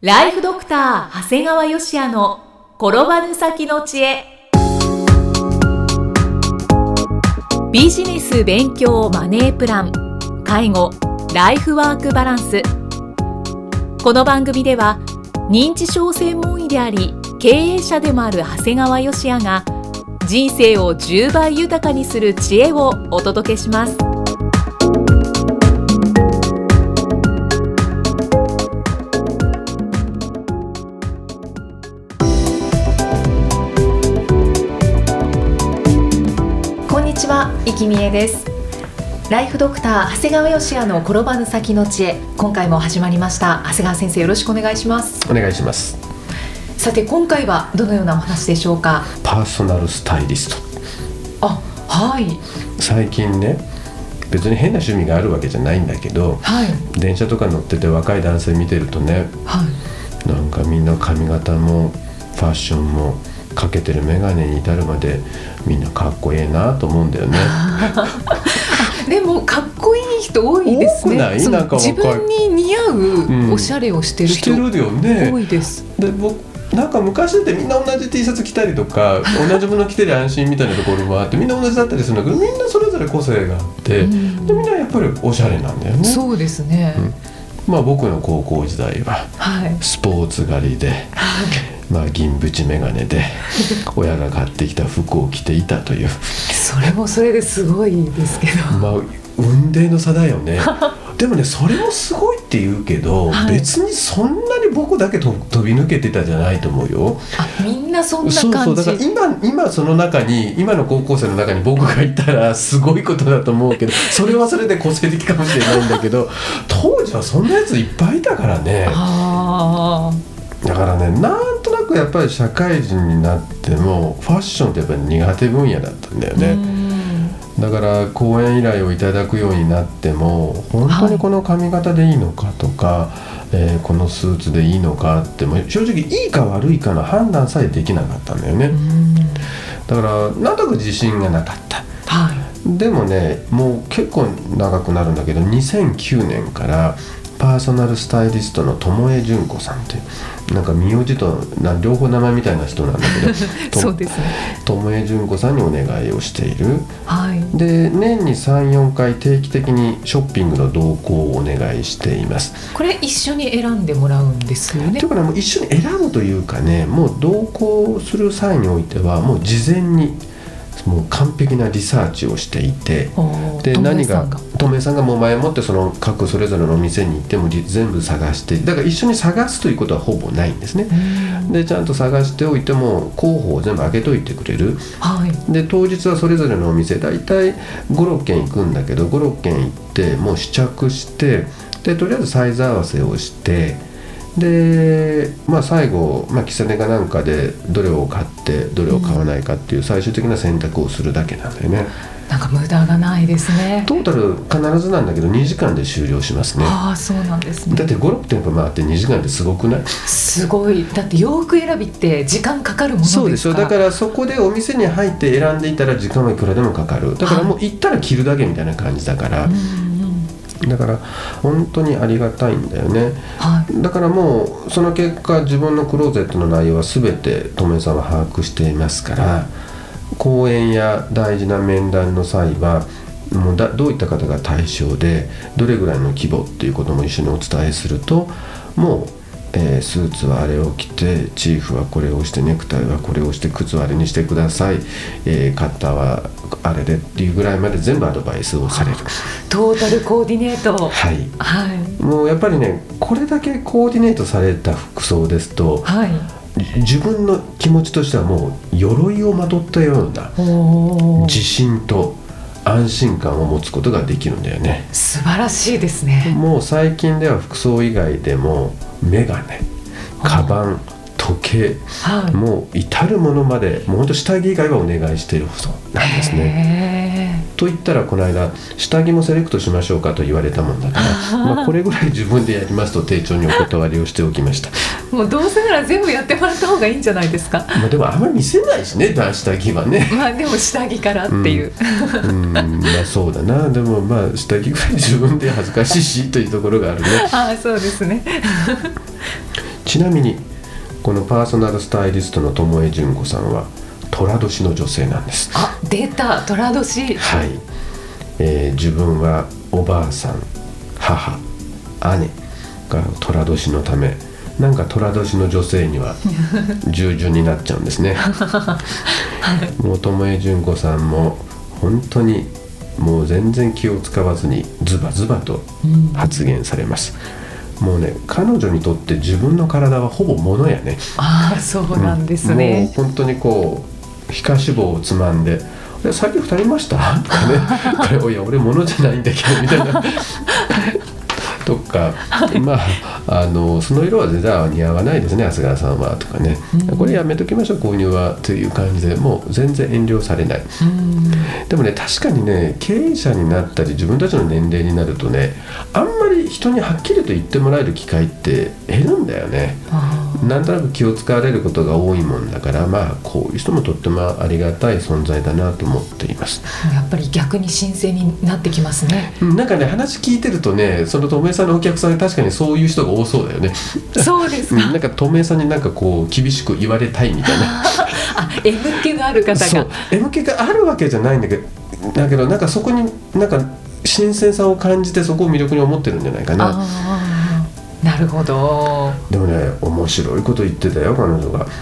ライフドクター長谷川芳也の転ばぬ先の知恵。ビジネス勉強マネープラン、介護、ライフワークバランス。この番組では認知症専門医であり経営者でもある長谷川芳也が人生を10倍豊かにする知恵をお届けします。こんにちは、生きみえです。ライフドクター長谷川芳也の転ばぬ先の知恵、今回も始まりました。長谷川先生、よろしくお願いします。 お願いします。 さて、今回はどのようなお話でしょうか。 パーソナルスタイリスト。 はい。 最近ね、別に変な趣味があるわけじゃないんだけど、 はい、 電車とか乗ってて若い男性見てるとね、 はい、 なんかみんな髪型もファッションもかけてるメガネに至るまでみんなかっこいいなと思うんだよね。 でもかっこいい人多いですね。 多くない？なんか自分に似合うおしゃれをしてる人、 してるよね。 多いです。 で、僕なんか昔ってみんな同じ T シャツ着たりとか同じもの着てりゃ安心みたいなところもあってみんな同じだったりするんだけど、みんなそれぞれ個性があって、でみんなやっぱりおしゃれなんだよね。 そうですね、 まあ、僕の高校時代はスポーツ狩りで、まあ、銀縁メガネで親が買ってきた服を着ていたというそれもそれですごいですけど、 まあ、雲泥の差だよね。でもね、それもすごいって言うけど、別にそんなに僕だけ飛び抜けてたじゃないと思うよ。 みんなそんな感じ。 そうだから今その中に、今の高校生の中に僕がいたらすごいことだと思うけど、それはそれで個性的かもしれないんだけど当時はそんなやついっぱいいたからね。だからね、なんとなくやっぱり社会人になってもファッションってやっぱり苦手分野だったんだよね。だから講演依頼をいただくようになっても、本当にこの髪型でいいのかとか、このスーツでいいのかっても正直いいか悪いかの判断さえできなかったんだよね。だからなんとなく自信がなかった、でもね、もう結構長くなるんだけど、2009年からパーソナルスタイリストの友江純子さんっていう、なんか名字と両方名前みたいな人なんだけどそうですね、 友江純子さんにお願いをしている、で年に 3,4 回定期的にショッピングの同行をお願いしています。 これ一緒に選んでもらうんですよね。 というかね、もう一緒に選ぶというかね、もう同行する際においてはもう事前にもう完璧なリサーチをしていて、で何が友江さんがもう前もってその各それぞれのお店に行っても全部探して、だから一緒に探すということはほぼないんですね。でちゃんと探しておいても候補を全部開けといてくれる、で当日はそれぞれのお店だいたい 5,6 軒行くんだけど、 5,6 軒行ってもう試着して、でとりあえずサイズ合わせをして、で最後、喫茶店かなんかでどれを買ってどれを買わないかっていう最終的な選択をするだけなんだよね。 なんか無駄がないですね。 トータル必ずなんだけど2時間で終了しますね。 そうなんですね。 だって 5,6 店舗回って2時間ってすごくない？ すごい。だって洋服選びって時間かかるものですから。そうでしょ。 だからそこでお店に入って選んでいたら時間はいくらでもかかる。だからもう行ったら着るだけみたいな感じだから、だから本当にありがたいんだよね。だからもうその結果、自分のクローゼットの内容は全て友江さんは把握していますから、講演や大事な面談の際はもうどういった方が対象でどれぐらいの規模っていうことも一緒にお伝えすると、もうスーツはあれを着て、チーフはこれをして、ネクタイはこれをして、靴はあれにしてください、カッターはあれでっていうぐらいまで全部アドバイスをされる。 トータルコーディネート。 もうやっぱりね、これだけコーディネートされた服装ですと、自分の気持ちとしてはもう鎧をまとったような自信と安心感を持つことができるんだよね。 素晴らしいですね。 もう最近では服装以外でもメガネ、カバン、時計、もう至るものまで、もうほんと下着以外はお願いしているそうなんですね。と言ったらこの間下着もセレクトしましょうかと言われたもんだから、これぐらい自分でやりますと丁重にお断りをしておきました。 もうどうせなら全部やってもらった方がいいんじゃないですか。 でもあんまり見せないしね、下着はね。 でも下着からっていう、 そうだな。でも下着ぐらい自分で恥ずかしいしというところがあるね。 そうですね。 ちなみにこのパーソナルスタイリストの友江純子さんは寅年の女性なんです。 あ、出た、寅年。 はい、自分はおばあさん、母、姉が寅年のため、なんか寅年の女性には従順になっちゃうんですね。もう友江純子さんも本当にもう全然気を使わずにズバズバと発言されます。もうね、彼女にとって自分の体はほぼ物やね。 ああ、そうなんですね。 もう本当にこう皮下脂肪をつまんで、さっき太りましたとかね、これいや俺物じゃないんだけどみたいなとか、まあその色は全然似合わないですね、長谷川さんはとかね、これやめときましょう購入はという感じで、もう全然遠慮されない。でもね、確かにね、経営者になったり自分たちの年齢になるとね、あんまり人にはっきりと言ってもらえる機会って減るんだよね。なんとなく気を使われることが多いもんだから、まあこういう人もとってもありがたい存在だなと思っています。 やっぱり逆に新鮮になってきますね。 なんかね、話聞いてるとね、その友江さんのお客さん、確かにそういう人が多そうだよね。 そうですか。 なんか友江さんになんかこう厳しく言われたいみたいなあ、M 気がある方が。 そう、M 気があるわけじゃないんだけど、なんかそこになんか新鮮さを感じて、そこを魅力に思ってるんじゃないかな。 なるほど。 でもね、面白いこと言ってたよ、彼女が。はい、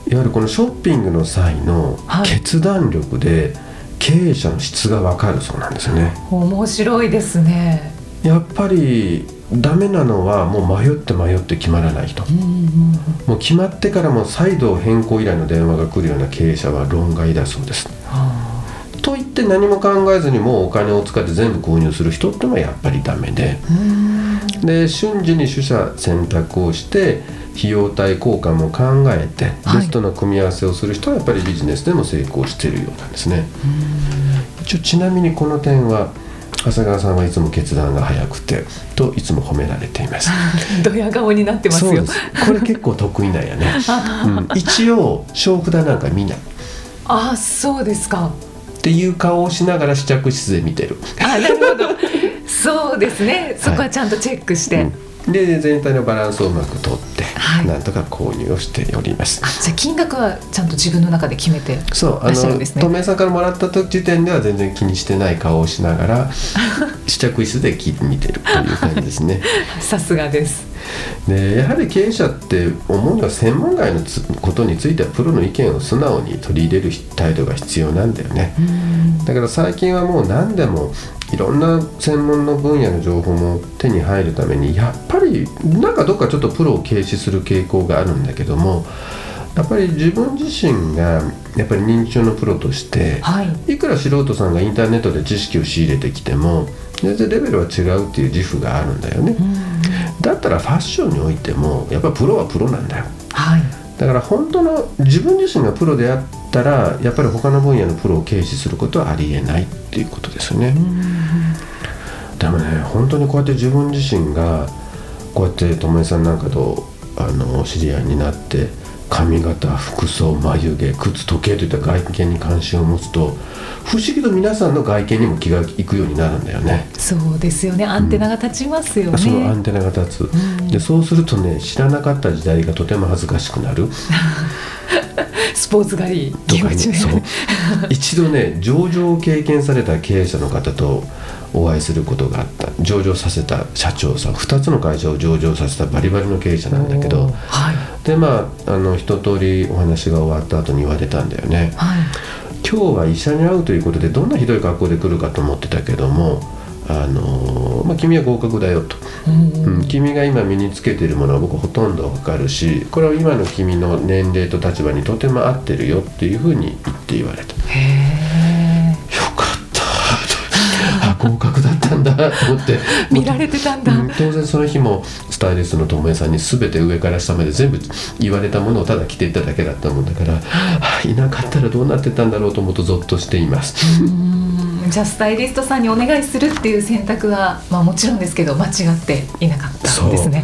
いわゆるこのショッピングの際の決断力で経営者の質が分かるそうなんですよね。 面白いですね。 やっぱりダメなのはもう迷って決まらない人、もう決まってからも再度変更依頼の電話が来るような経営者は論外だそうです。と言って何も考えずにもうお金を使って全部購入する人ってのはやっぱりダメで、瞬時に取捨選択をして費用対効果も考えてベストな組み合わせをする人はやっぱりビジネスでも成功しているようなんですね。ちなみにこの点は長谷川さんはいつも決断が早くてといつも褒められています。 ドヤ顔になってますよ。 そうです、これ結構得意なんやね。一応小札なんか見ない。 あ、そうですか。 っていう顔をしながら試着室で見てる。 あ、なるほど。そうですね、そこはちゃんとチェックして、 で全体のバランスをうまくとって、なんとか購入をしております。 じゃあ金額はちゃんと自分の中で決めてらっしゃるんですね。 友江さんからもらった時点では全然気にしてない顔をしながら試着室で見てるという感じですね。 さすがです。 でやはり経営者って思うのは専門外のことについてはプロの意見を素直に取り入れる態度が必要なんだよね。だから最近はもう何でもいろんな専門の分野の情報も手に入るためにやっぱりなんかどっかちょっとプロを軽視する傾向があるんだけども、やっぱり自分自身がやっぱり認知症のプロとして、いくら素人さんがインターネットで知識を仕入れてきても全然レベルは違うっていう自負があるんだよね。だったらファッションにおいてもやっぱプロはプロなんだよ。だから本当の自分自身がプロであったらやっぱり他の分野のプロを軽視することはありえないっていうことですよね。でもね、本当にこうやって自分自身がこうやって友江さんなんかと知り合いになって髪型、服装、眉毛、靴、時計といった外見に関心を持つと不思議と皆さんの外見にも気がいくようになるんだよね。 そうですよね、アンテナが立ちますよね。 そのアンテナが立つ、でそうするとね、知らなかった時代がとても恥ずかしくなる。 スポーツ狩りとかね、 そう一度ね、上場を経験された経営者の方とお会いすることがあった。上場させた社長さん、2つの会社を上場させたバリバリの経営者なんだけど、で一通りお話が終わった後に言われたんだよね。今日は医者に会うということでどんなひどい格好で来るかと思ってたけども、君は合格だよと、君が今身につけているものは僕ほとんど分かるし、これは今の君の年齢と立場にとても合ってるよっていうふうに言われた。よかった合格だったんだと思って見られてたんだ。 当然その日もスタイリストの友江さんに全て上から下まで全部言われたものをただ着ていっただけだったもんだから、いなかったらどうなってたんだろうと思うとゾッとしています。 じゃあスタイリストさんにお願いするっていう選択は、もちろんですけど間違っていなかったんですね。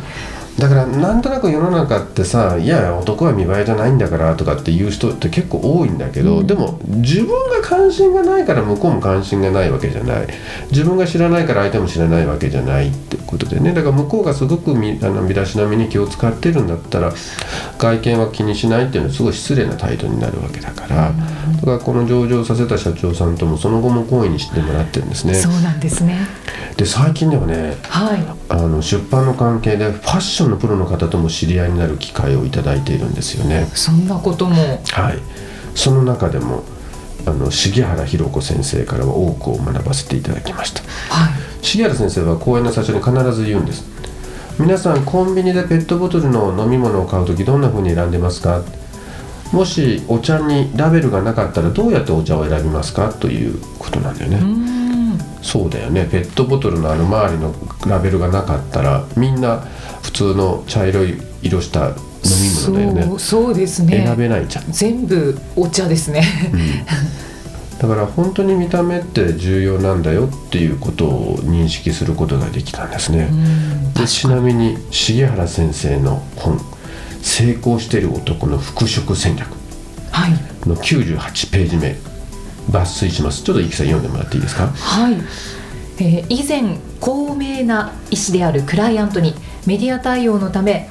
だからなんとなく世の中ってさ、いや男は見栄えじゃないんだからとかっていう人って結構多いんだけど、でも自分が関心がないから向こうも関心がないわけじゃない、自分が知らないから相手も知らないわけじゃないってことでね。だから向こうがすごく身だしなみに気を使ってるんだったら外見は気にしないっていうのはすごい失礼な態度になるわけだから、だからこの上場させた社長さんともその後も懇意にしてもらってるんですね。 そうなんですね。 で最近ではね、出版の関係でファッションのプロの方とも知り合いになる機会をいただいているんですよね。 そんなことも。 はい。その中でも重原弘子先生からは多くを学ばせていただきました。重原先生は講演の最初に必ず言うんです。皆さんコンビニでペットボトルの飲み物を買うときどんな風に選んでますか。もしお茶にラベルがなかったらどうやってお茶を選びますかということなんだよね。そうだよね。ペットボトルの周りのラベルがなかったらみんな普通の茶色い色した飲み物だよね。 そうですね。 選べないじゃん。全部お茶ですね、 だから本当に見た目って重要なんだよっていうことを認識することができたんですね。でちなみに重原先生の本成功している男の復職戦略の98ページ目抜粋します。ちょっとイキさん読んでもらっていいですか。 以前高名な医師であるクライアントにメディア対応のため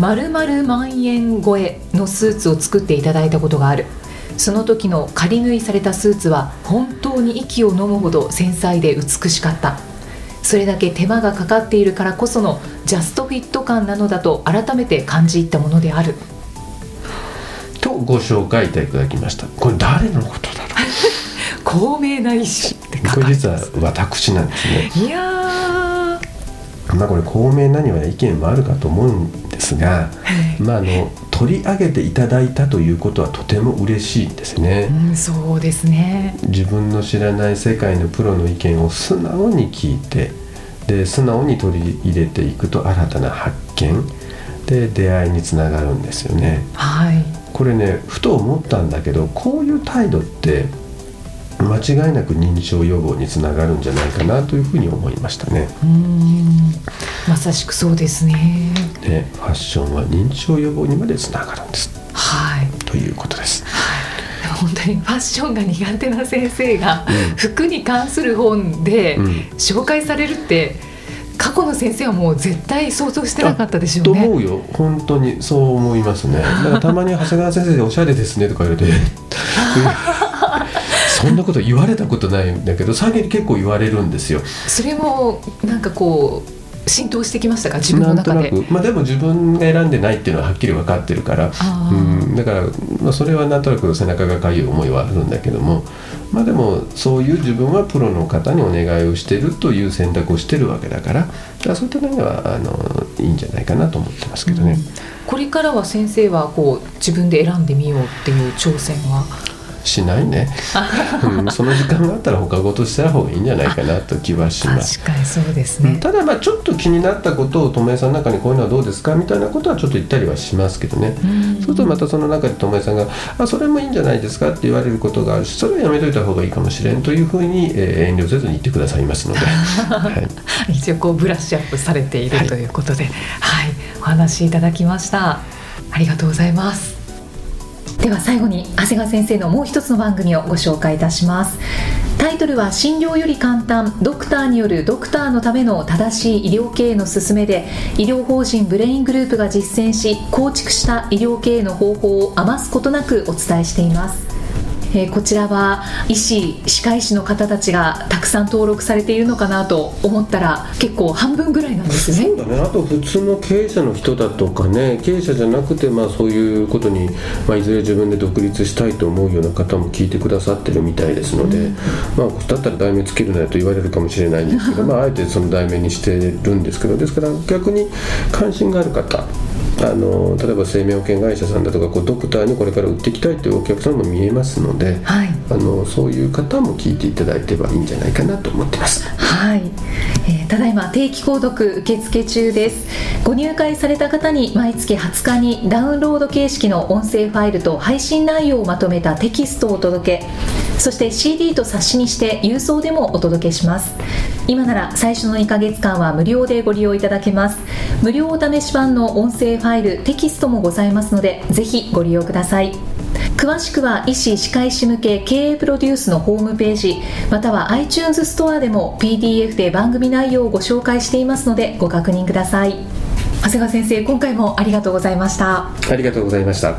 〇〇万円超えのスーツを作っていただいたことがある。その時の仮縫いされたスーツは本当に息を飲むほど繊細で美しかった。それだけ手間がかかっているからこそのジャストフィット感なのだと改めて感じ入ったものであるとご紹介いただきました。これ誰のことだろう高名な医師って書かれてます。 これ実は私なんですね。 いやこれ高名なには意見もあるかと思うんですが、取り上げていただいたということはとても嬉しいんですね。 そうですね。 自分の知らない世界のプロの意見を素直に聞いて、で素直に取り入れていくと新たな発見で出会いにつながるんですよね。これね、ふと思ったんだけど、こういう態度って間違いなく認知症予防につながるんじゃないかなというふうに思いましたね。 まさしくそうですね。 ファッションは認知症予防にまでつながるんです、ということです。 でも本当にファッションが苦手な先生が、服に関する本で紹介されるって、過去の先生はもう絶対想像してなかったでしょうね。 と思うよ。本当にそう思いますね。だからたまに長谷川先生でおしゃれですねとか言われてそんなこと言われたことないんだけど、最近結構言われるんですよ。 それもなんかこう浸透してきましたか、自分の中で。 なんとなく、でも自分が選んでないっていうのははっきり分かってるから、だから、それはなんとなく背中がかゆい思いはあるんだけども、でもそういう自分はプロの方にお願いをしてるという選択をしてるわけだから、そういった点ではいいんじゃないかなと思ってますけどね。 これからは先生はこう自分で選んでみようっていう挑戦はしないねその時間があったら他ごとした方がいいんじゃないかなと気はします。 確かにそうですね。 ただちょっと気になったことを友江さんの中にこういうのはどうですかみたいなことはちょっと言ったりはしますけどね。そうするとまたその中で友江さんがそれもいいんじゃないですかって言われることがあるし、それはやめといた方がいいかもしれんというふうに、遠慮せずに言ってくださいますので、 一応こうブラッシュアップされているということで、お話しいただきました。ありがとうございます。では最後に長谷川先生のもう一つの番組をご紹介いたします。タイトルは診療より簡単、ドクターによるドクターのための正しい医療経営の勧めで、医療法人ブレイングループが実践し構築した医療経営の方法を余すことなくお伝えしています。こちらは医師、歯科医師の方たちがたくさん登録されているのかなと思ったら結構半分ぐらいなんですね。 そうだね。あと普通の経営者の人だとかね、経営者じゃなくてそういうことに、いずれ自分で独立したいと思うような方も聞いてくださってるみたいですので、だったら題名つけるなよと言われるかもしれないんですけどあえてその題名にしてるんですけど、ですから逆に関心がある方、例えば生命保険会社さんだとかドクターにこれから売っていきたいというお客さんも見えますので、そういう方も聞いていただいてはいいんじゃないかなと思ってます。 ただいま定期購読受付中です。ご入会された方に毎月20日にダウンロード形式の音声ファイルと配信内容をまとめたテキストをお届け、そして CD と冊子にして郵送でもお届けします。今なら最初の2ヶ月間は無料でご利用いただけます。無料お試し版の音声ファイル、テキストもございますので、ぜひご利用ください。詳しくは医師・歯科医師向け経営プロデュースのホームページ、または iTunes ストアでも PDF で番組内容をご紹介していますのでご確認ください。長谷川先生、今回もありがとうございました。 ありがとうございました。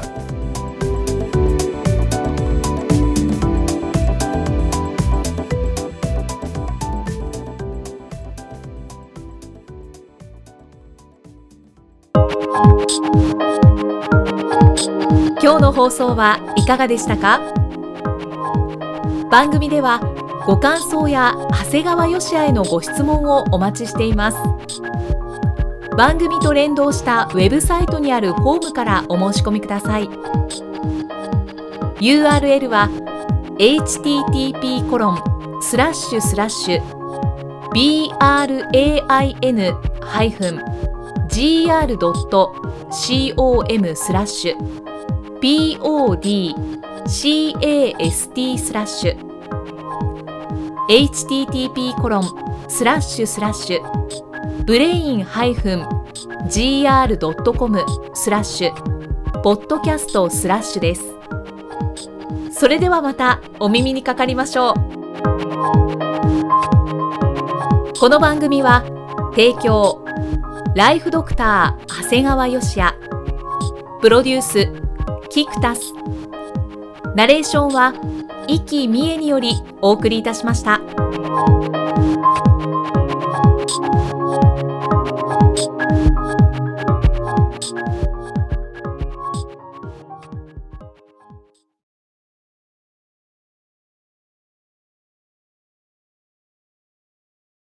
今日の放送はいかがでしたか？番組ではご感想や長谷川芳也へのご質問をお待ちしています。番組と連動したウェブサイトにあるフォームからお申し込みください。 URL は brin-podcast.com/podcast.com/podcast/podcast です。それではまたお耳にかかりましょう。この番組は提供ライフドクター長谷川芳也、プロデュースキクタス、ナレーションは生きみえによりお送りいたしました。